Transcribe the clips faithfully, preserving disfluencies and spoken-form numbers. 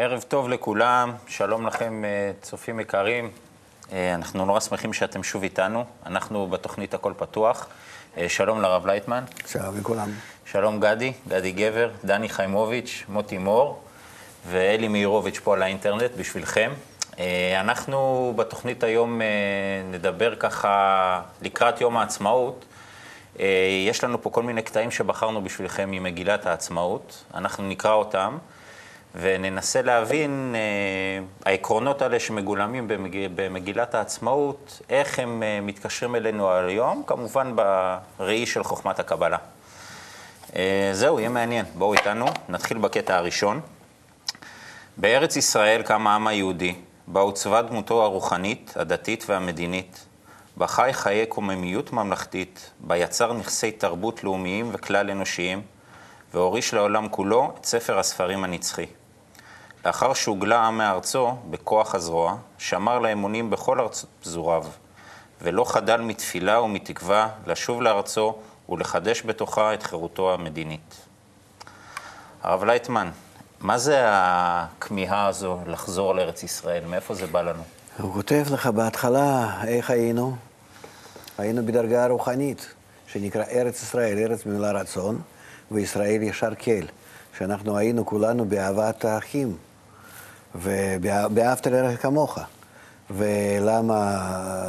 ערב טוב לכולם, שלום לכם צופים יקרים. אנחנו נורא שמחים שאתם שוב איתנו. אנחנו בתוכנית הכל פתוח. שלום לרב לייטמן. שלום לכולם. שלום גדי, גדי גבר, דני חיימוביץ', מוטי מור ואלי מאירוביץ' פה על האינטרנט בשבילכם. אנחנו בתוכנית היום נדבר ככה לקראת יום העצמאות. יש לנו פה כל מיני קטעים שבחרנו בשבילכם ממגילת העצמאות. אנחנו נקרא אותם וננסה להבין אה, העקרונות האלה שמגולמים במג... במגילת העצמאות, איך הם אה, מתקשרים אלינו היום, כמובן בראי של חוכמת הקבלה. אה, זהו, יהיה מעניין. בואו איתנו, נתחיל בקטע הראשון. בארץ ישראל קם העם היהודי, בה עוצבה דמותו הרוחנית, הדתית והמדינית, בה חי חיי קוממיות ממלכתית, בה יצר נכסי תרבות לאומיים וכלל אנושיים, והוריש לעולם כולו את ספר הספרים הנצחי. לאחר שהוגלה העם מארצו בכוח הזרוע, שמר לאמונים בכל ארץ פזוריו, ולא חדל מתפילה ומתקווה לשוב לארצו ולחדש בתוכה את חירותו המדינית. הרב לייטמן, מה זה הכמיהה הזו לחזור לארץ ישראל? מאיפה זה בא לנו? הוא כותב לך בהתחלה איך היינו. היינו בדרגה רוחנית, שנקרא ארץ ישראל, ארץ במילה רצון, וישראל ישר כל, שאנחנו היינו כולנו באהבת האחים, ובאהבת לרעך כמוך. ולמה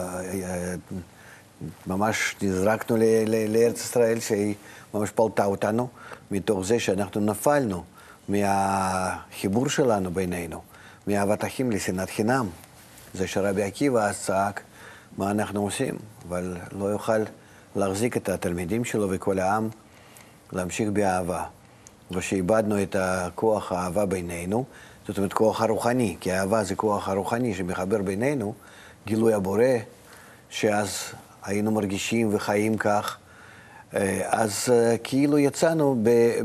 ממש נזרקנו לארץ ישראל, שהיא ממש פלטה אותנו, מתוך זה שאנחנו נפלנו מהחיבור שלנו בינינו, מאהבת אחים לשנאת חינם. זה שרבי עקיבא אז צעק, מה אנחנו עושים? אבל לא יוכל להחזיק את התלמידים שלו וכל העם, להמשיך באהבה. ושאיבדנו את הכוח האהבה בינינו, זאת אומרת כוח הרוחני, כי האהבה זה כוח הרוחני שמחבר בינינו, גילוי הבורא, שאז היינו מרגישים וחיים כך, אז כאילו יצאנו,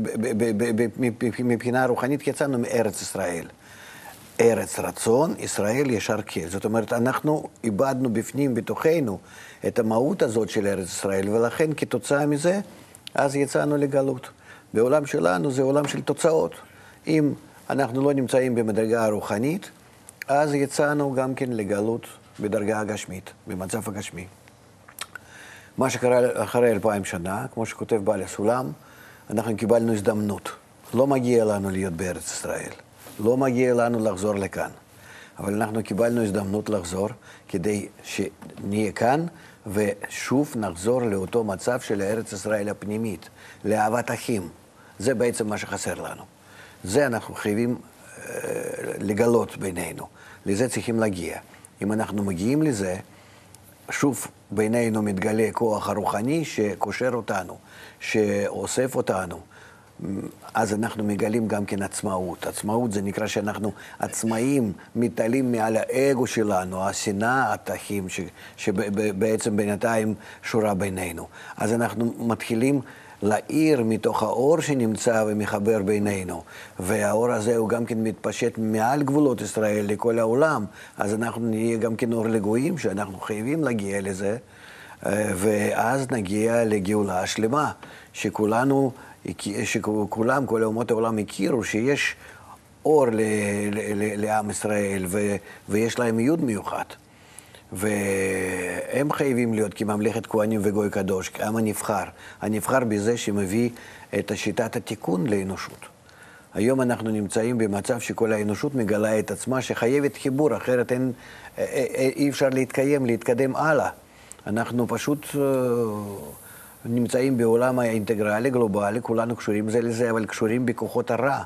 מבחינה רוחנית יצאנו מארץ ישראל. ארץ רצון, ישראל ישר כל. זאת אומרת, אנחנו איבדנו בפנים, בתוכנו, את המהות הזאת של ארץ ישראל, ולכן כתוצאה מזה, אז יצאנו לגלות. בעולם שלנו זה עולם של תוצאות. אם אנחנו לא נמצאים במדרגה הרוחנית, אז יצאנו גם כן לגלות בדרגה הגשמית, במצב הגשמי. מה שקרה אחרי אלפיים שנה, כמו שכותב בעל הסולם, אנחנו קיבלנו הזדמנות. לא מגיע לנו להיות בארץ ישראל. לא מגיע לנו לחזור לכאן. אבל אנחנו קיבלנו הזדמנות לחזור כדי שנהיה כאן, ושוב נחזור לאותו מצב של ארץ ישראל הפנימית, לאהבת אחים. זה בעצם מה שחסר לנו. זה אנחנו חייבים אה, לגלות בינינו. לזה צריכים להגיע. אם אנחנו מגיעים לזה, שוב בינינו מתגלה כוח הרוחני שקושר אותנו, שאוסף אותנו. אז אנחנו מגלים גם כן עצמאות. עצמאות זה נקרא שאנחנו עצמאים, מתעלים מעל האגו שלנו, השנאה, התחים, שבעצם בינתיים שורה בינינו. אז אנחנו מתחילים להאיר מתוך האור שנמצא ומחבר בינינו. והאור הזה הוא גם כן מתפשט מעל גבולות ישראל לכל העולם. אז אנחנו נהיה גם כן אור לגויים, שאנחנו חייבים להגיע לזה. ואז נגיע לגאולה השלמה, שכולנו... שכולם, כל אומות העולם הכירו שיש אור ל- ל- ל- לעם ישראל ו- ויש להם ייעוד מיוחד. והם חייבים להיות כממלכת כהנים וגוי קדוש, העם הנבחר. הנבחר בזה שמביא את שיטת התיקון לאנושות. היום אנחנו נמצאים במצב שכל האנושות מגלה את עצמה שחייבת חיבור, אחרת אין, אי אפשר להתקיים, להתקדם הלאה. אנחנו פשוט... נמצאים בעולם האינטגרלי, גלובלי, כולנו קשורים זה לזה, אבל קשורים בכוחות הרע,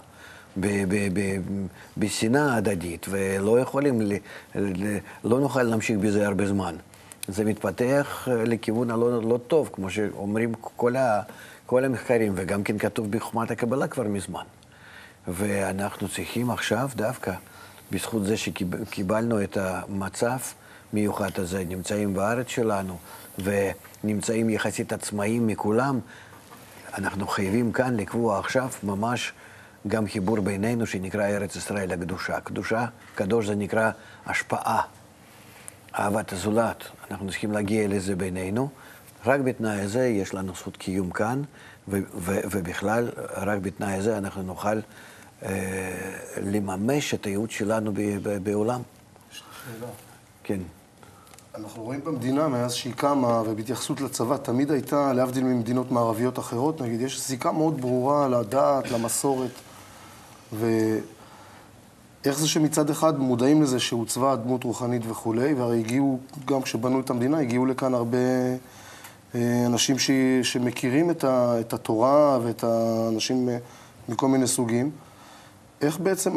בשנאה הדדית, ולא יכולים, לא נוכל להמשיך בזה הרבה זמן. זה מתפתח לכיוון הלא לא טוב, כמו שאומרים כל, ה, כל המחקרים, וגם כן כתוב בחוכמת הקבלה כבר מזמן. ואנחנו צריכים עכשיו דווקא, בזכות זה שקיבלנו את המצב מיוחד הזה, נמצאים בארץ שלנו, ונמצאים יחסית עצמאיים מכולם, אנחנו חייבים כאן לקבוע עכשיו ממש גם חיבור בינינו שנקרא ארץ ישראל הקדושה. קדושה, קדוש זה נקרא השפעה, אהבת הזולת. אנחנו צריכים להגיע לזה בינינו. רק בתנאי הזה יש לנו זכות קיום כאן, ו- ו- ובכלל רק בתנאי הזה אנחנו נוכל לממש את הייעוד שלנו בעולם. יש לי שאלה. כן. אנחנו רואים במדינה מאז שהיא קמה, ובהתייחסות לצבא, תמיד הייתה, להבדיל ממדינות מערביות אחרות, נגיד, יש זיקה מאוד ברורה לדת, למסורת, ואיך זה שמצד אחד מודעים לזה שהוצבה דמות רוחנית וכולי, והרי הגיעו, גם כשבנו את המדינה, הגיעו לכאן הרבה אנשים ש... שמכירים את, ה... את התורה ואת האנשים מכל מיני סוגים. איך בעצם...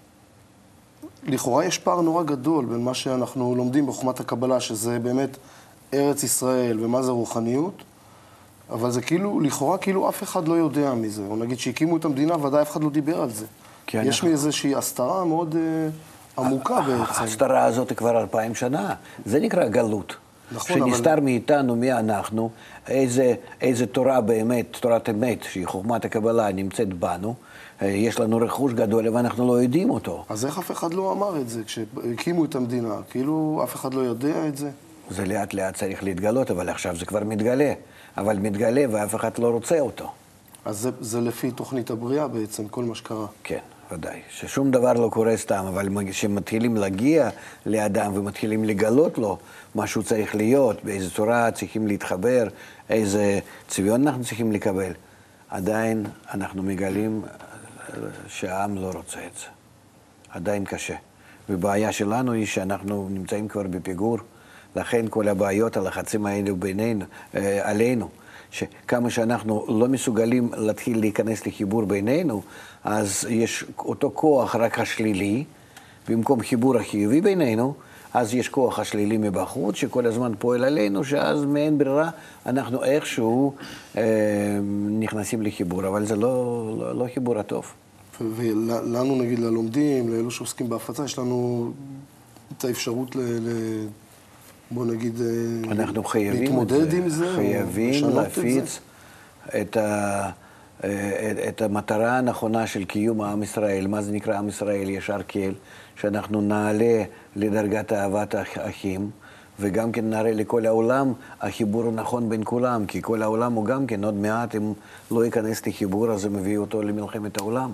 לכאורה יש פער נורא גדול בין מה שאנחנו לומדים בחוכמת הקבלה, שזה באמת ארץ ישראל ומה זה רוחניות, אבל זה כאילו, לכאורה כאילו אף אחד לא יודע מזה. או נגיד שהקימו את המדינה, ודאי אף אחד לא דיבר על זה. יש אנחנו... מאיזושהי הסתרה מאוד uh, עמוקה בעצם. ההסתרה הזאת כבר אלפיים שנה. זה נקרא גלות. נכון, שנסתר אבל... מאיתנו מי אנחנו, איזה, איזה תורה באמת, תורת אמת, שהיא חוכמת הקבלה, נמצאת בנו. יש לנו רכוש גדול, ואנחנו לא יודעים אותו. אז איך אף אחד לא אמר את זה כשהקימו את המדינה? כאילו אף אחד לא יודע את זה? זה לאט לאט צריך להתגלות, אבל עכשיו זה כבר מתגלה. אבל מתגלה ואף אחד לא רוצה אותו. אז זה, זה לפי תוכנית הבריאה בעצם, כל מה שקרה. כן, ודאי. ששום דבר לא קורה סתם, אבל כשמתחילים להגיע לאדם ומתחילים לגלות לו מה שהוא צריך להיות, באיזו צורה צריכים להתחבר, איזה צביון אנחנו צריכים לקבל, עדיין אנחנו מגלים שהעם לא רוצה את זה. עדיין קשה. ובעיה שלנו היא שאנחנו נמצאים כבר בפיגור, לכן כל הבעיות, הלחצים האלו בינינו, עלינו, שכמה שאנחנו לא מסוגלים להתחיל להיכנס לחיבור בינינו, אז יש אותו כוח רק השלילי, במקום חיבור החיובי בינינו, אז יש כוח השלילי מבחוץ, שכל הזמן פועל עלינו, שאז מאין ברירה אנחנו איכשהו אה, נכנסים לחיבור, אבל זה לא, לא, לא חיבור הטוב. ולנו, נגיד, ללומדים, לאלו שעוסקים בהפצה, יש לנו את האפשרות ל... ל... בוא נגיד, אנחנו חייבים להתמודד עם זה, חייבים להפיץ את, ה, את המטרה הנכונה של קיום העם ישראל. מה זה נקרא עם ישראל? ישר קהל, שאנחנו נעלה לדרגת אהבת האחים, וגם כן נראה לכל העולם החיבור הנכון בין כולם, כי כל העולם הוא גם כן, עוד מעט אם לא ייכנס לחיבור, אז זה מביא אותו למלחמת העולם.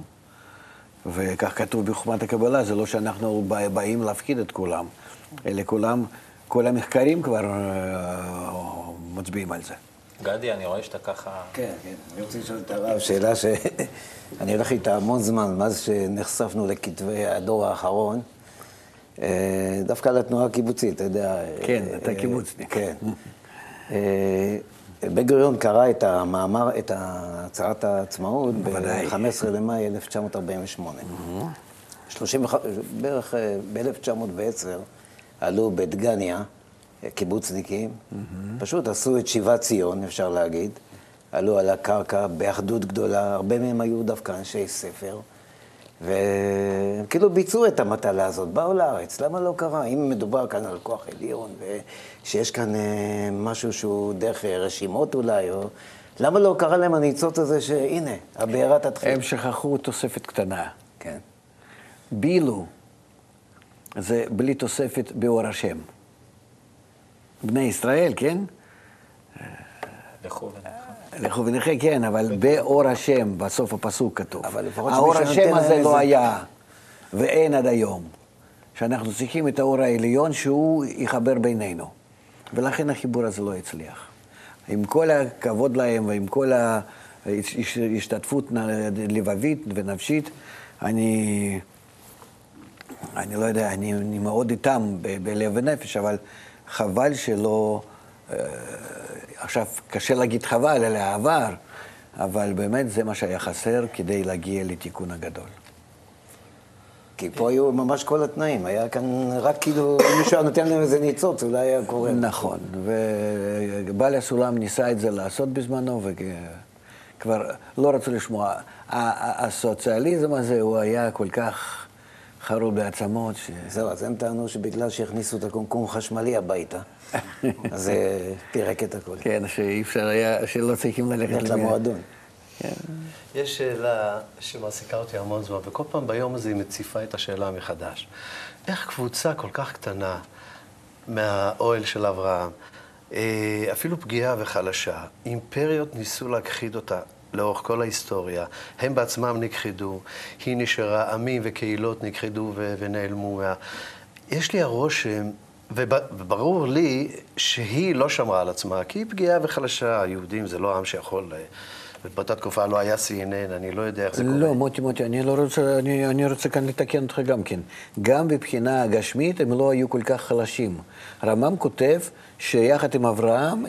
וכך כתוב בחוכמת הקבלה, זה לא שאנחנו באים להפחיד את כולם, אלא כולם, כל המחקרים כבר מצביעים על זה. גדי, אני רואה שאתה ככה... כן, כן. אני רוצה לשאול את הרב, שאלה שאני הולך איתה המון זמן, מאז שנחשפנו לכתבי הדור האחרון, דווקא על התנועה הקיבוצית, אתה יודע... כן, אתה קיבוצניק. כן. בן גוריון קרא את המאמר, את הצהרת העצמאות ב-חמישה עשר למאי אלף תשע מאות ארבעים ושמונה. בערך ב-אלף תשע מאות ועשר עלו בדגניה קיבוצניקים, פשוט עשו את שיבת ציון, אפשר להגיד, עלו על הקרקע באחדות גדולה, הרבה מהם היו דווקא אנשי ספר, וכאילו ביצעו את המטלה הזאת, באו לארץ, למה לא קרה? אם מדובר כאן על כוח עליון, ושיש כאן משהו שהוא דרך רשימות אולי, או... למה לא קרה להם הניצוץ הזה שהנה, הבעירה תתחיל? הם שכחו תוספת קטנה. כן. בילו, זה בלי תוספת באור השם. בני ישראל, כן? לכו ונחה. לכו ונחה, כן, אבל באור השם, בסוף הפסוק כתוב. האור השם הזה לא היה, ואין עד היום. שאנחנו צריכים את האור העליון שהוא יחבר בינינו. ולכן החיבור הזה לא הצליח. עם כל הכבוד להם ועם כל ההשתתפות לבבית ונפשית, אני, אני לא יודע, אני, אני מאוד איתם בלב ונפש, אבל חבל שלא, עכשיו קשה להגיד חבל, אלא העבר, אבל באמת זה מה שהיה חסר כדי להגיע לתיקון הגדול. כי פה היו ממש כל התנאים, היה כאן רק כאילו, אם מישהו נותן להם איזה ניצוץ, אולי היה קורה. נכון, ובעל הסולם ניסה את זה לעשות בזמנו, וכבר לא רצו לשמוע. הסוציאליזם הזה הוא היה כל כך חרור בעצמות. ש... זהו, אז הם טענו שבגלל שהכניסו את הקומקום חשמלי הביתה, אז זה פירק את הכל. כן, שאי אפשר היה, שלא צריכים ללכת למועדון. יש שאלה שמעסיקה אותי המון זמן, וכל פעם ביום הזה היא מציפה את השאלה מחדש. איך קבוצה כל כך קטנה מהאוהל של אברהם, אפילו פגיעה וחלשה, אימפריות ניסו להכחיד אותה לאורך כל ההיסטוריה. הם בעצמם נכחדו, היא נשארה, עמים וקהילות נכחדו ו- ונעלמו. מה... יש לי הרושם, וברור לי שהיא לא שמרה על עצמה, כי היא פגיעה וחלשה. היהודים זה לא עם שיכול... ובאותה תקופה לא היה סי אן אן, אני לא יודע איך זה קורה. לא, מוטי, מוטי, אני, לא רוצה, אני, אני רוצה כאן לתקן אותך גם כן. גם מבחינה גשמית הם לא היו כל כך חלשים. רמב"ם כותב שיחד עם אברהם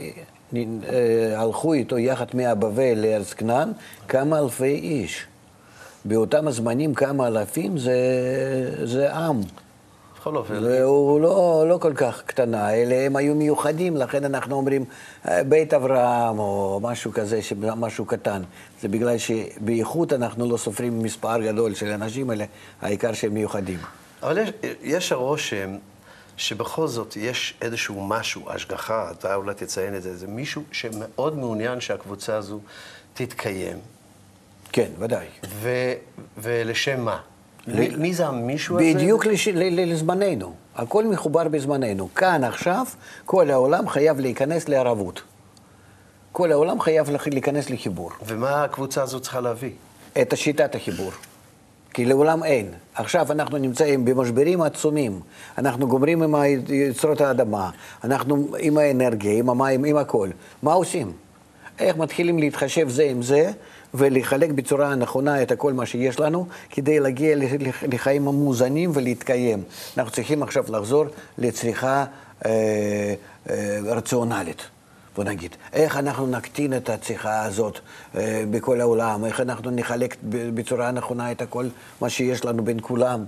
הלכו איתו יחד מהבבל לארץ כנען כמה אלפי איש. באותם הזמנים כמה אלפים זה, זה עם. בכל אופן. הוא לא, לא כל כך קטנה, אלה הם היו מיוחדים, לכן אנחנו אומרים בית אברהם או משהו כזה, משהו קטן. זה בגלל שבייחוד אנחנו לא סופרים מספר גדול של אנשים האלה, העיקר שהם מיוחדים. אבל יש, יש הרושם שבכל זאת יש איזשהו משהו, השגחה, אתה אולי תציין את זה, זה מישהו שמאוד מעוניין שהקבוצה הזו תתקיים. כן, ודאי. ו, ולשם מה? מי, מי זה המישהו הזה? בדיוק לש... לזמננו. הכל מחובר בזמננו. כאן עכשיו כל העולם חייב להיכנס לערבות. כל העולם חייב להיכנס לחיבור. ומה הקבוצה הזו צריכה להביא? את שיטת החיבור. כי לעולם אין. עכשיו אנחנו נמצאים במשברים עצומים. אנחנו גומרים עם יצרות האדמה. אנחנו עם האנרגיה, עם המים, עם הכל. מה עושים? איך מתחילים להתחשב זה עם זה, ולחלק בצורה הנכונה את הכל מה שיש לנו, כדי להגיע לחיים המאוזנים ולהתקיים. אנחנו צריכים עכשיו לחזור לצריכה אה, אה, רציונלית. בוא נגיד, איך אנחנו נקטין את הצריכה הזאת אה, בכל העולם, איך אנחנו נחלק בצורה הנכונה את הכל מה שיש לנו בין כולם.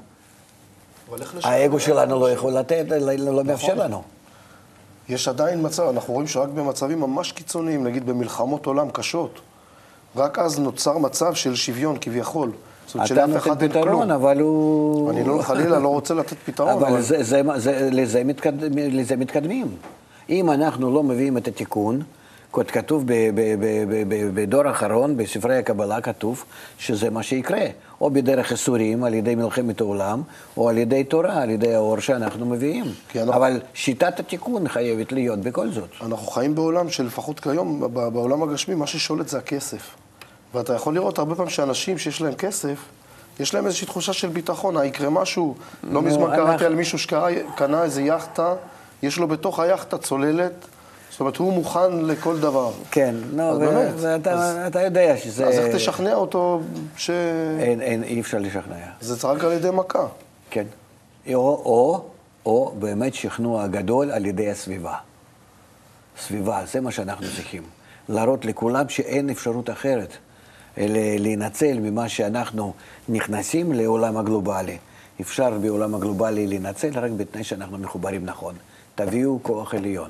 האגו שלנו לא יכול לתת, לא מאפשר לנו. יש עדיין מצב, אנחנו רואים שרק במצבים ממש קיצוניים, נגיד במלחמות עולם קשות, רק אז נוצר מצב של שוויון כביכול. אתה נותן פתרון, אבל הוא... אני לא, חלילה, לא רוצה לתת פתרון. אבל, אבל... זה, זה, זה, לזה, מתקד... לזה מתקדמים. אם אנחנו לא מביאים את התיקון, כתוב ב, ב, ב, ב, ב, בדור האחרון, בספרי הקבלה כתוב, שזה מה שיקרה. או בדרך איסורים, על ידי מלחמת העולם, או על ידי תורה, על ידי האור שאנחנו מביאים. אנחנו... אבל שיטת התיקון חייבת להיות בכל זאת. אנחנו חיים בעולם שלפחות כיום, בעולם הגשמי, מה ששולט זה הכסף. ואתה יכול לראות הרבה פעמים שאנשים שיש להם כסף, יש להם איזושהי תחושה של ביטחון, יקרה משהו. לא מזמן קראתי על מישהו שקנה איזו יאכטה, יש לו בתוך היאכטה צוללת, זאת אומרת, הוא מוכן לכל דבר. כן, נו, ואתה יודע שזה... אז איך תשכנע אותו ש... אין, אי אפשר לשכנע. זה רק על ידי מכה. כן. או, או באמת שכנוע גדול על ידי הסביבה. סביבה, זה מה שאנחנו צריכים. להראות לכולם שאין אפשרות אחרת. להינצל ממה שאנחנו נכנסים לעולם הגלובלי. אפשר בעולם הגלובלי להינצל רק בתנאי שאנחנו מחוברים נכון. תביאו כוח עליון.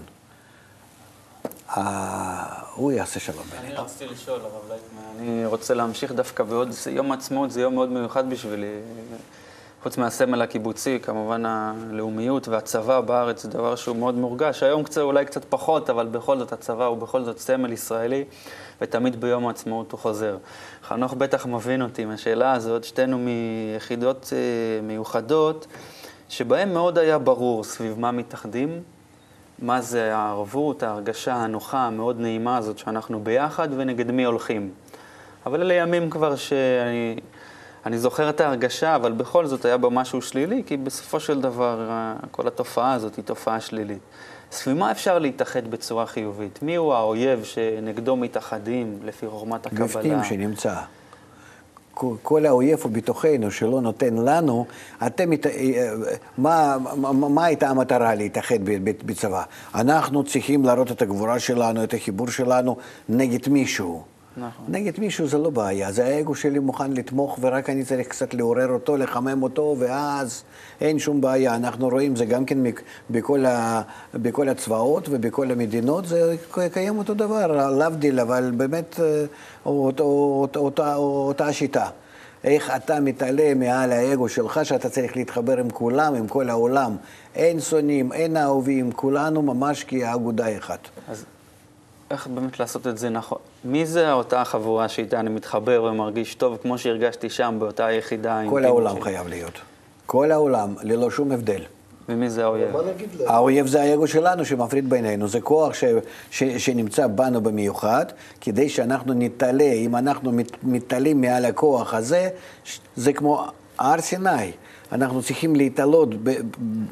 הוא יעשה שלום. אני רציתי לשאול, הרב לייטמן, אני רוצה להמשיך דווקא בעוד יום העצמאות, זה יום מאוד מיוחד בשבילי. חוץ מהסמל הקיבוצי, כמובן הלאומיות והצבא בארץ זה דבר שהוא מאוד מורגש. היום קצת, אולי קצת פחות, אבל בכל זאת הצבא הוא בכל זאת סמל ישראלי, ותמיד ביום העצמאות הוא חוזר. חנוך בטח מבין אותי מהשאלה הזאת, שתינו מיחידות מיוחדות, שבהם מאוד היה ברור סביב מה מתאחדים, מה זה הערבות, ההרגשה הנוחה, המאוד נעימה הזאת שאנחנו ביחד ונגד מי הולכים. אבל אלה ימים כבר שאני... אני זוכר את ההרגשה, אבל בכל זאת היה בה משהו שלילי, כי בסופו של דבר כל התופעה הזאת היא תופעה שלילית. סביב מה אפשר להתאחד בצורה חיובית? מי הוא האויב שנגדו מתאחדים לפי חוכמת הקבלה? בפנים שנמצא. כל האויב הוא בתוכנו שלא נותן לנו, אתם, מה, מה, מה הייתה המטרה להתאחד בצבא? אנחנו צריכים להראות את הגבורה שלנו, את החיבור שלנו נגד מישהו. נכון. נגד מישהו זה לא בעיה, זה האגו שלי מוכן לתמוך ורק אני צריך קצת לעורר אותו, לחמם אותו ואז אין שום בעיה. אנחנו רואים זה גם כן בכל, ה, בכל הצבאות ובכל המדינות, זה קיים אותו דבר, להבדיל, אבל באמת אותה, אותה, אותה שיטה. איך אתה מתעלה מעל האגו שלך שאתה צריך להתחבר עם כולם, עם כל העולם. אין שונאים, אין אהובים, כולנו ממש כאגודה אחת. אז איך באמת לעשות את זה נכון? מי זה אותה חבורה שאיתה אני מתחבר ומרגיש טוב, כמו שהרגשתי שם באותה יחידה? כל העולם חייב להיות. כל העולם, ללא שום הבדל. ומי זה האויב? מה נגיד להם? האויב זה האגו שלנו שמפריד בינינו, זה כוח ש, ש, שנמצא בנו במיוחד, כדי שאנחנו נתעלה, אם אנחנו מת, מתעלים מעל הכוח הזה, זה כמו הר סיני, אנחנו צריכים להתעלות ב, ב,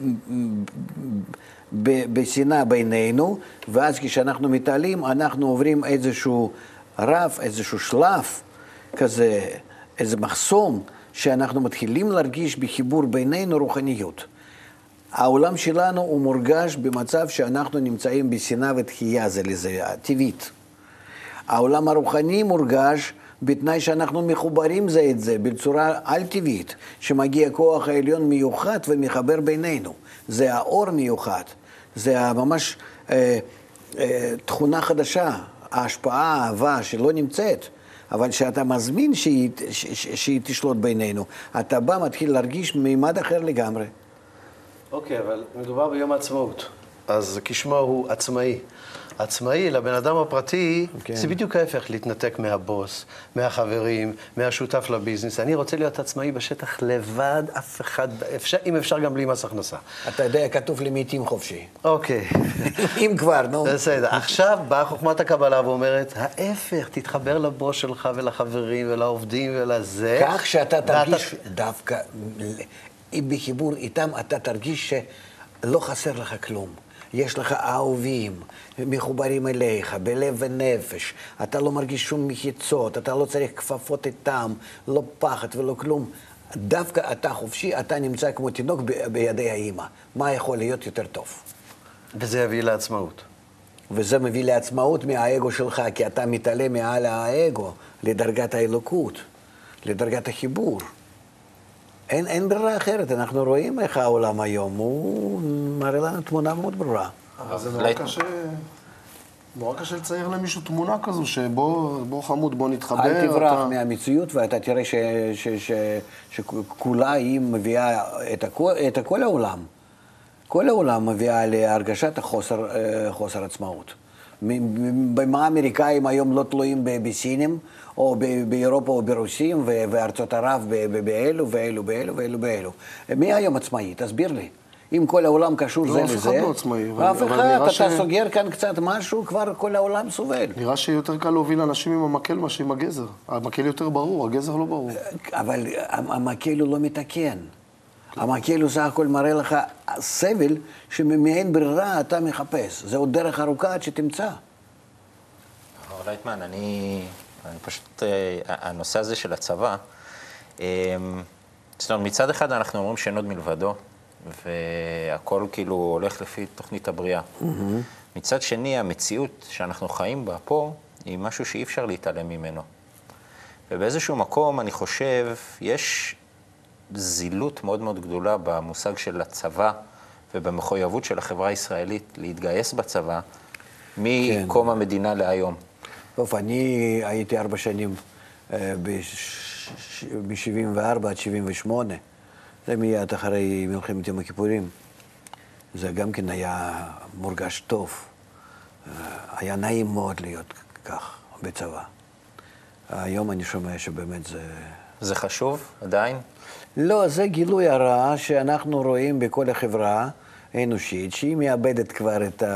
ב, בשנאה בינינו, ואז כשאנחנו מתעלים, אנחנו עוברים איזשהו רף, איזשהו שלב, כזה, איזה מחסום, שאנחנו מתחילים להרגיש בחיבור בינינו רוחניות. העולם שלנו הוא מורגש במצב שאנחנו נמצאים בשנאה ותחייה זה לזה, טבעית. העולם הרוחני מורגש בתנאי שאנחנו מחוברים זה את זה, בצורה על-טבעית, שמגיע כוח העליון מיוחד ומחבר בינינו. זה האור מיוחד, זה ממש אה, אה, תכונה חדשה, ההשפעה, האהבה שלא נמצאת, אבל שאתה מזמין שהיא, ש, ש, שהיא תשלוט בינינו, אתה בא מתחיל להרגיש מימד אחר לגמרי. אוקיי, אבל מדובר ביום העצמאות, אז כשמו הוא עצמאי. עצמאי לבן אדם הפרטי, כן. זה בדיוק ההפך, להתנתק מהבוס, מהחברים, מהשותף לביזנס. אני רוצה להיות עצמאי בשטח לבד, אף אחד, אפשר, אם אפשר גם בלי מס הכנסה. אתה יודע, כתוב לי לעתים חופשי. אוקיי. אם כבר, נו. בסדר. עכשיו באה חוכמת הקבלה ואומרת, ההפך, תתחבר לבוס שלך ולחברים ולעובדים ולזה. כך שאתה תרגיש ואתה... דווקא, בחיבור איתם אתה תרגיש שלא חסר לך כלום. יש לך אהובים, מחוברים אליך, בלב ונפש. אתה לא מרגיש שום מחיצות, אתה לא צריך כפפות איתם, לא פחד ולא כלום. דווקא אתה חופשי, אתה נמצא כמו תינוק ב- בידי האמא. מה יכול להיות יותר טוב? וזה יביא לעצמאות. וזה מביא לעצמאות מהאגו שלך, כי אתה מתעלה מעל האגו לדרגת האלוקות, לדרגת החיבור. אין, אין ברירה אחרת, אנחנו רואים איך העולם היום, הוא מראה לנו תמונה מאוד ברורה. אבל זה נורא קשה, נורא קשה לצייר למישהו תמונה כזו, שבוא בוא חמוד, בוא נתחבר. אל תברח אתה... מהמציאות, ואתה תראה ש, ש, ש, שכולה היא מביאה את הכל, את כל העולם. כל העולם מביאה להרגשת החוסר, חוסר עצמאות. במה האמריקאים היום לא תלויים בסינים, או באירופה או ברוסים, וארצות ערב באלו ואלו ואלו ואלו ואלו. מי היום עצמאי? תסביר לי. אם כל העולם קשור זה לזה, אף אחד לא עצמאי. אף אחד, אתה סוגר כאן קצת משהו, כבר כל העולם סובל. נראה שיותר קל להוביל אנשים עם המקל מאשר עם הגזר. המקל יותר ברור, הגזר לא ברור. אבל המקל הוא לא מתקן. המקל הוא סך הכל מראה לך סבל שמעין ברירה אתה מחפש. זה עוד דרך ארוכה עד שתמצא. לייטמן, אני, אני פשוט, הנושא הזה של הצבא, זאת אומרת, מצד אחד אנחנו אומרים שאין עוד מלבדו, והכל כאילו הולך לפי תוכנית הבריאה. Mm-hmm. מצד שני, המציאות שאנחנו חיים בה פה, היא משהו שאי אפשר להתעלם ממנו. ובאיזשהו מקום, אני חושב, יש זילות מאוד מאוד גדולה במושג של הצבא, ובמחויבות של החברה הישראלית להתגייס בצבא, מקום המדינה להיום. טוב, אני הייתי ארבע שנים ב-שבעים וארבע עד שבעים ושמונה. זה מיד אחרי מלחמת יום הכיפורים. זה גם כן היה מורגש טוב. היה נעים מאוד להיות כך בצבא. היום אני שומע שבאמת זה... זה חשוב עדיין? לא, זה גילוי הרע שאנחנו רואים בכל החברה האנושית, שהיא מאבדת כבר את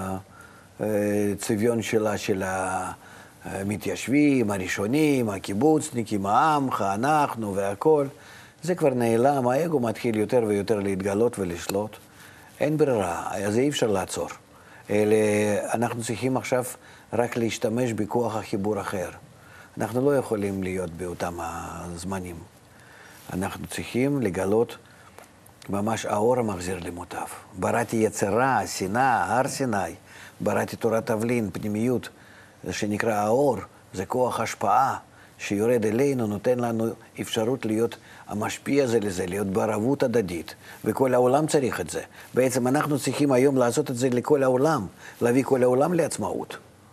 הצביון שלה, של המתיישבים, הראשונים, הקיבוצניקים, העמך, אנחנו והכל. זה כבר נעלם, האגו מתחיל יותר ויותר להתגלות ולשלוט. אין ברירה, אז אי אפשר לעצור. אלא אנחנו צריכים עכשיו רק להשתמש בכוח החיבור אחר. אנחנו לא יכולים להיות באותם הזמנים. אנחנו צריכים לגלות ממש האור המחזיר למוטב. בראתי יצרה, שנאה, הר סיני, בראתי תורת תבלין, פנימיות, שנקרא האור, זה כוח השפעה שיורד אלינו, נותן לנו אפשרות להיות המשפיע זה לזה, להיות בערבות הדדית, וכל העולם צריך את זה. בעצם אנחנו צריכים היום לעשות את זה לכל העולם, להביא כל העולם לעצמאות.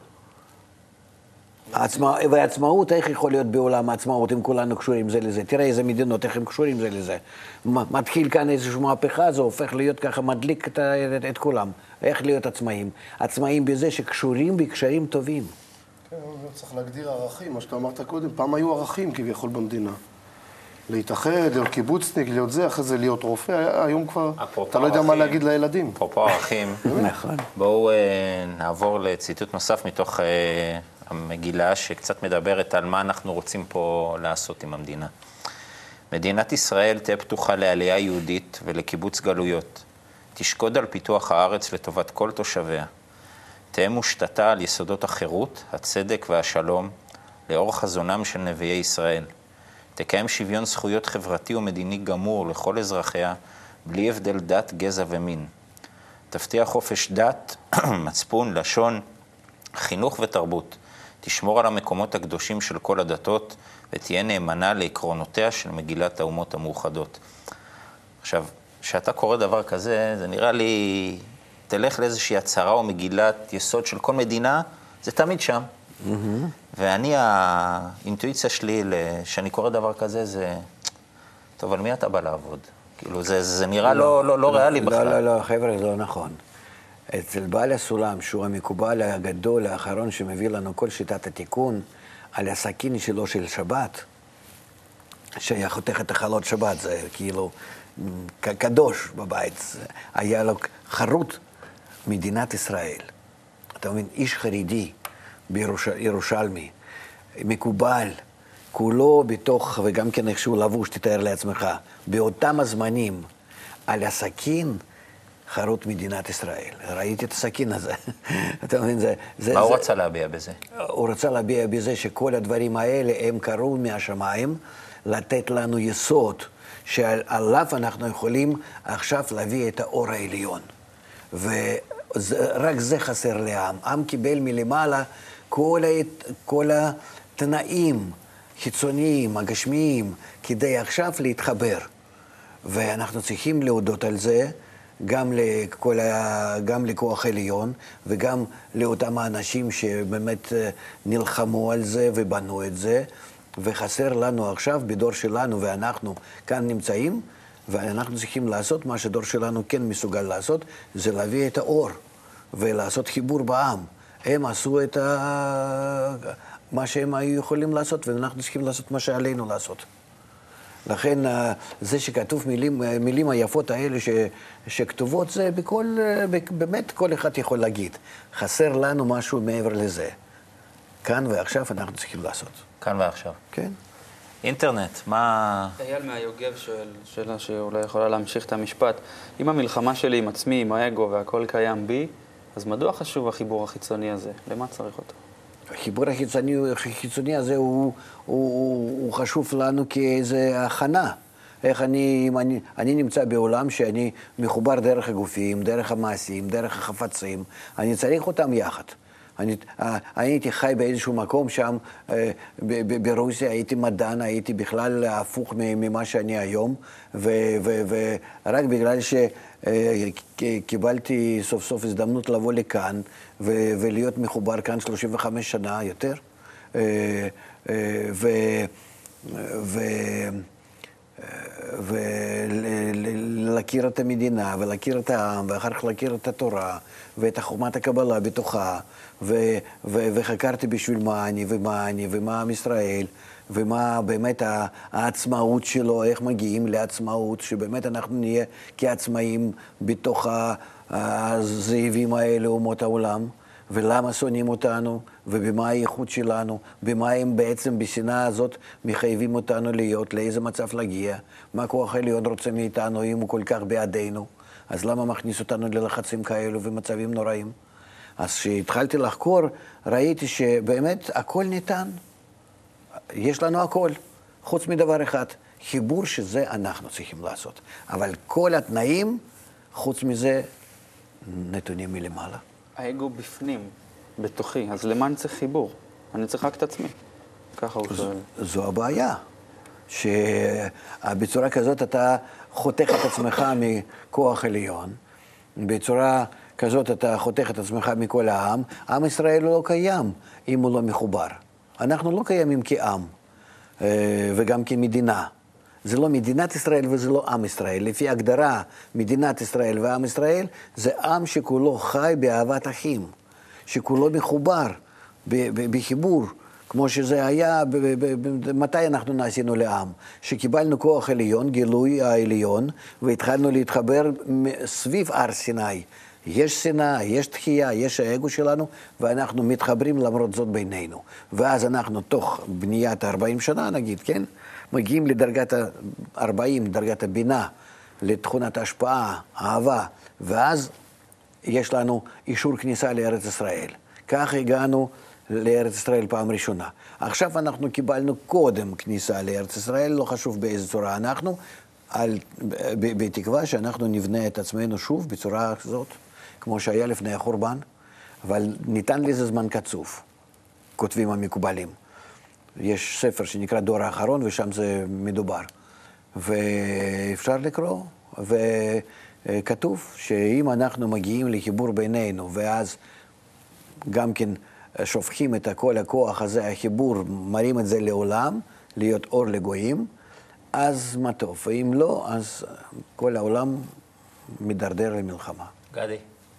העצמא... והעצמאות, איך יכול להיות בעולם העצמאות אם כולנו קשורים זה לזה? תראה איזה מדינות, איך הם קשורים זה לזה. מתחיל כאן איזושהי מהפכה, זה הופך להיות ככה, מדליק את, את, את כולם. איך להיות עצמאים? עצמאים בזה שקשורים בקשרים טובים. כן, צריך להגדיר ערכים, מה שאתה אמרת קודם. פעם היו ערכים כביכול במדינה. להתאחד, להיות קיבוצניק, להיות זה, אחרי זה להיות רופא, היום כבר, אפרופו אתה לא יודע מה ערכים. להגיד לילדים. אפרופו ערכים, נכון. בואו אה, נעבור לציטוט נוסף מתוך אה, המגילה, שקצת מדברת על מה אנחנו רוצים פה לעשות עם המדינה. מדינת ישראל תהיה פתוחה לעלייה יהודית ולקיבוץ גלויות. תשקוד על פיתוח הארץ לטובת כל תושביה. תהיה מושתתה על יסודות החירות, הצדק והשלום, לאור חזונם של נביאי ישראל. תקיים שוויון זכויות חברתי ומדיני גמור לכל אזרחיה, בלי הבדל דת, גזע ומין. תבטיח חופש דת, מצפון, לשון, חינוך ותרבות. תשמור על המקומות הקדושים של כל הדתות, ותהיה נאמנה לעקרונותיה של מגילת האומות המאוחדות. עכשיו, כשאתה קורא דבר כזה, זה נראה לי, תלך לאיזושהי הצהרה או מגילת יסוד של כל מדינה, זה תמיד שם. Mm-hmm. ואני, האינטואיציה שלי, שאני קורא דבר כזה, זה, טוב, על מי אתה בא לעבוד? כאילו, זה, זה נראה לא, לא, לא, לא ריאלי בכלל. לא, לא, לא, חבר'ה, זה לא נכון. אצל בעל הסולם, שהוא המקובל הגדול, האחרון שמביא לנו כל שיטת התיקון, על הסכין שלו של שבת, שהיה חותך את החלות שבת, זה כאילו קדוש בבית, היה לו חרות מדינת ישראל. אתה מבין, איש חרדי בירושלמי, מקובל, כולו בתוך, וגם כן איכשהו לבוש, תתאר לעצמך, באותם הזמנים, על הסכין, חרות מדינת ישראל. ראיתי את הסכין הזה. אתה מבין, זה... זה מה זה, הוא רצה להביע בזה? הוא רצה להביע בזה שכל הדברים האלה הם קרו מהשמיים, לתת לנו יסוד שעליו אנחנו יכולים עכשיו להביא את האור העליון. ורק זה חסר לעם. עם קיבל מלמעלה כל, הת... כל התנאים חיצוניים, הגשמיים, כדי עכשיו להתחבר. ואנחנו צריכים להודות על זה, גם לכל ה... גם לכוח עליון, וגם לאותם האנשים שבאמת נלחמו על זה ובנו את זה. וחסר לנו עכשיו, בדור שלנו, ואנחנו כאן נמצאים, ואנחנו צריכים לעשות מה שדור שלנו כן מסוגל לעשות, זה להביא את האור, ולעשות חיבור בעם. הם עשו את ה... מה שהם היו יכולים לעשות, ואנחנו צריכים לעשות מה שעלינו לעשות. לכן, זה שכתוב מילים, מילים היפות האלה ש, שכתובות, זה בכל, באמת כל אחד יכול להגיד. חסר לנו משהו מעבר לזה. כאן ועכשיו אנחנו צריכים לעשות. כאן ועכשיו. כן. אינטרנט, מה... אייל מהיוגב שואל, שאלה שאולי יכולה להמשיך את המשפט. אם המלחמה שלי עם עצמי, עם האגו והכל קיים בי, אז מדוע חשוב החיבור החיצוני הזה? למה צריך אותו? החיבור החיצוני, החיצוני הזה הוא, הוא, הוא חשוב לנו כאיזו הכנה. איך אני, אני, אני נמצא בעולם שאני מחובר דרך הגופים, דרך המעשים, דרך החפצים. אני צריך אותם יחד. אני, אני הייתי חי באיזשהו מקום שם, ברוסיה, הייתי מדען, הייתי בכלל הפוך ממה שאני היום, ו, ו, ורק בגלל שקיבלתי סוף סוף הזדמנות לבוא לכאן, ו, ולהיות מחובר כאן שלושים וחמש שנה יותר, ו... ו ולהכיר את המדינה, ולהכיר את העם, ואחר כך להכיר את התורה, ואת חומת הקבלה בתוכה, ו- ו- וחקרתי בשביל מה אני, ומה אני, ומה עם ישראל, ומה באמת העצמאות שלו, איך מגיעים לעצמאות, שבאמת אנחנו נהיה כעצמאים בתוך הזאבים האלה, אומות העולם, ולמה שונאים אותנו, ובמה הייחוד שלנו, במה הם בעצם בשנאה הזאת מחייבים אותנו להיות, לאיזה מצב להגיע, מה כוח העליון רוצה מאיתנו אם הוא כל כך בעדינו, אז למה מכניס אותנו ללחצים כאלו ומצבים נוראים? אז כשהתחלתי לחקור, ראיתי שבאמת הכל ניתן. יש לנו הכל, חוץ מדבר אחד, חיבור שזה אנחנו צריכים לעשות. אבל כל התנאים, חוץ מזה, נתונים מלמעלה. האגו בפנים, בתוכי, אז למה אני צריך חיבור? אני צריך רק את עצמי. ככה הוא שואל. זו הבעיה, שבצורה כזאת אתה חותך את עצמך מכוח עליון, בצורה כזאת אתה חותך את עצמך מכל העם, עם ישראל לא קיים אם הוא לא מחובר. אנחנו לא קיימים כעם וגם כמדינה. זה לא מדינת ישראל וזה לא עם ישראל. לפי הגדרה, מדינת ישראל ועם ישראל זה עם שכולו חי באהבת אחים, שכולו מחובר בחיבור כמו שזה היה, מתי אנחנו נעשינו לעם? שקיבלנו כוח עליון, גילוי העליון, והתחלנו להתחבר סביב הר סיני. יש שנאה, יש תחייה, יש האגו שלנו, ואנחנו מתחברים למרות זאת בינינו. ואז אנחנו תוך בניית ארבעים שנה, נגיד, כן? מגיעים לדרגת ה-ארבעים, לדרגת הבינה, לתכונת ההשפעה, אהבה, ואז יש לנו אישור כניסה לארץ ישראל. כך הגענו לארץ ישראל פעם ראשונה. עכשיו אנחנו קיבלנו קודם כניסה לארץ ישראל, לא חשוב באיזו צורה אנחנו, על, בתקווה שאנחנו נבנה את עצמנו שוב בצורה הזאת, כמו שהיה לפני החורבן, אבל ניתן לזה זמן קצוב, כותבים המקובלים. יש ספר שנקרא דור האחרון, ושם זה מדובר. ואפשר לקרוא, וכתוב שאם אנחנו מגיעים לחיבור בינינו, ואז גם כן שופכים את כל הכוח הזה, החיבור, מראים את זה לעולם, להיות אור לגויים, אז מה טוב. ואם לא, אז כל העולם מדרדר למלחמה. גדי.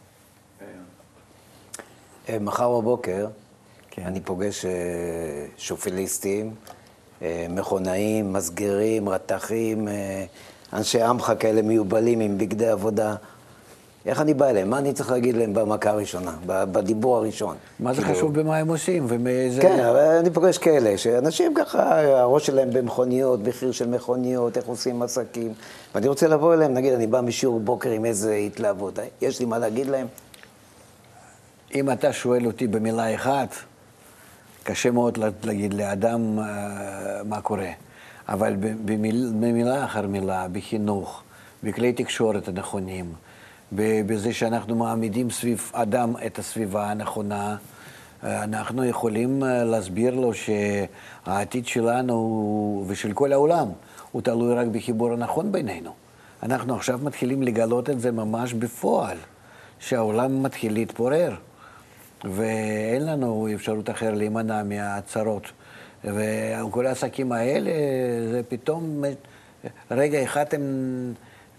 מחר בבוקר כן. אני פוגש שופיליסטים, מכונאים, מסגרים, רתחים, אנשי עמך כאלה מיובלים עם בגדי עבודה. איך אני בא אליהם? מה אני צריך להגיד להם במכה הראשונה, בדיבור הראשון? מה זה חשוב במה הם עושים ומאיזה... כן, אבל אני פוגש כאלה, שאנשים ככה, הראש שלהם במכוניות, מחיר של מכוניות, איך עושים עסקים. ואני רוצה לבוא אליהם, נגיד, אני בא משיעור בוקר עם איזה התלהבות. יש לי מה להגיד להם? אם אתה שואל אותי במילה אחת, קשה מאוד להגיד לאדם מה קורה. אבל במיל, במילה אחר מילה, בחינוך, בכלי תקשורת הנכונים, בזה שאנחנו מעמידים סביב אדם את הסביבה הנכונה, אנחנו יכולים להסביר לו שהעתיד שלנו ושל כל העולם הוא תלוי רק בחיבור הנכון בינינו. אנחנו עכשיו מתחילים לגלות את זה ממש בפועל, שהעולם מתחיל להתפורר, ואין לנו אפשרות אחר להימנע מהצרות. וכל העסקים האלה, זה פתאום, רגע אחד הם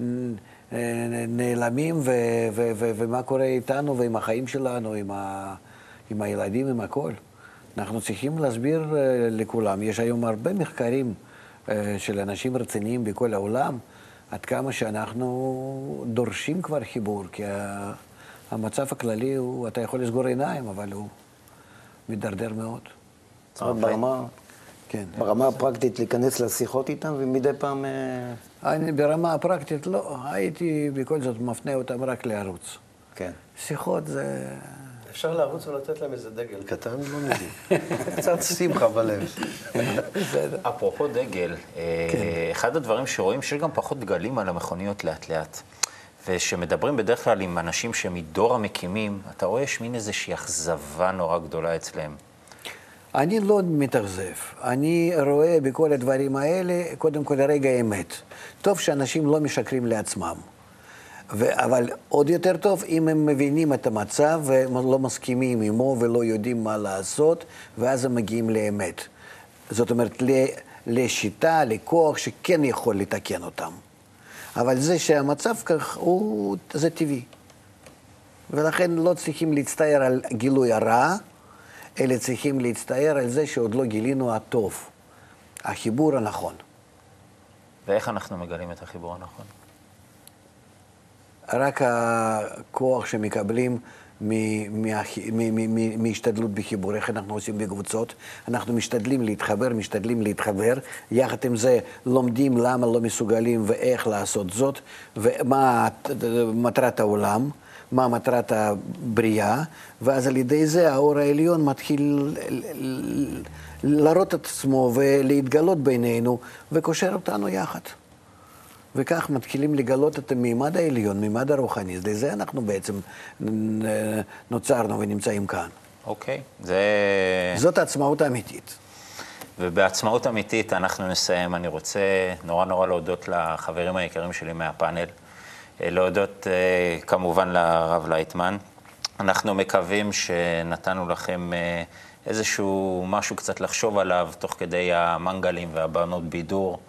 נעלמים, ו- ו- ו- ומה קורה איתנו ועם החיים שלנו, עם, ה- עם הילדים, עם הכל. אנחנו צריכים להסביר לכולם. יש היום הרבה מחקרים של אנשים רציניים בכל העולם, עד כמה שאנחנו דורשים כבר חיבור, כי המצב הכללי הוא, אתה יכול לסגור עיניים, אבל הוא מדרדר מאוד. ברמה, כן. ברמה הפרקטית להיכנס לשיחות איתם, ומדי פעם... אני ברמה הפרקטית לא, הייתי בכל זאת מפנה אותם רק לערוץ. כן. שיחות זה... אפשר לערוץ ולתת להם איזה דגל קטן, לא מבין. קצת שמחה בלב. אפרופו דגל, אחד הדברים שרואים שיש גם פחות דגלים על המכוניות לאט לאט. ושמדברים בדרך כלל עם אנשים שמדור המקימים, אתה רואה יש מין איזושהי אכזבה נורא גדולה אצלם. אני לא מתאכזב. אני רואה בכל הדברים האלה, קודם כל רגע האמת. טוב שאנשים לא משקרים לעצמם. ו- אבל עוד יותר טוב אם הם מבינים את המצב ולא מסכימים עמו ולא יודעים מה לעשות, ואז הם מגיעים לאמת. זאת אומרת, לשיטה, לכוח שכן יכול לתקן אותם. אבל זה שהמצב כך, הוא, זה טבעי. ולכן לא צריכים להצטער על גילוי הרע, אלא צריכים להצטער על זה שעוד לא גילינו הטוב, החיבור הנכון. ואיך אנחנו מגלים את החיבור הנכון? רק הכוח שמקבלים מהשתדלות בחיבור, איך אנחנו עושים בקבוצות, אנחנו משתדלים להתחבר, משתדלים להתחבר, יחד עם זה לומדים למה לא מסוגלים ואיך לעשות זאת, ומה מטרת העולם, מה מטרת הבריאה, ואז על ידי זה האור העליון מתחיל להראות את עצמו ולהתגלות בינינו, וקושר אותנו יחד. וכך מתחילים לגלות את המימד העליון, מימד הרוחני. לזה אנחנו בעצם נוצרנו ונמצאים כאן. אוקיי, זה... זאת העצמאות האמיתית. ובעצמאות אמיתית אנחנו נסיים. אני רוצה נורא נורא להודות לחברים היקרים שלי מהפאנל. להודות כמובן לרב לייטמן. אנחנו מקווים שנתנו לכם איזשהו משהו קצת לחשוב עליו, תוך כדי המנגלים והבנות בידור.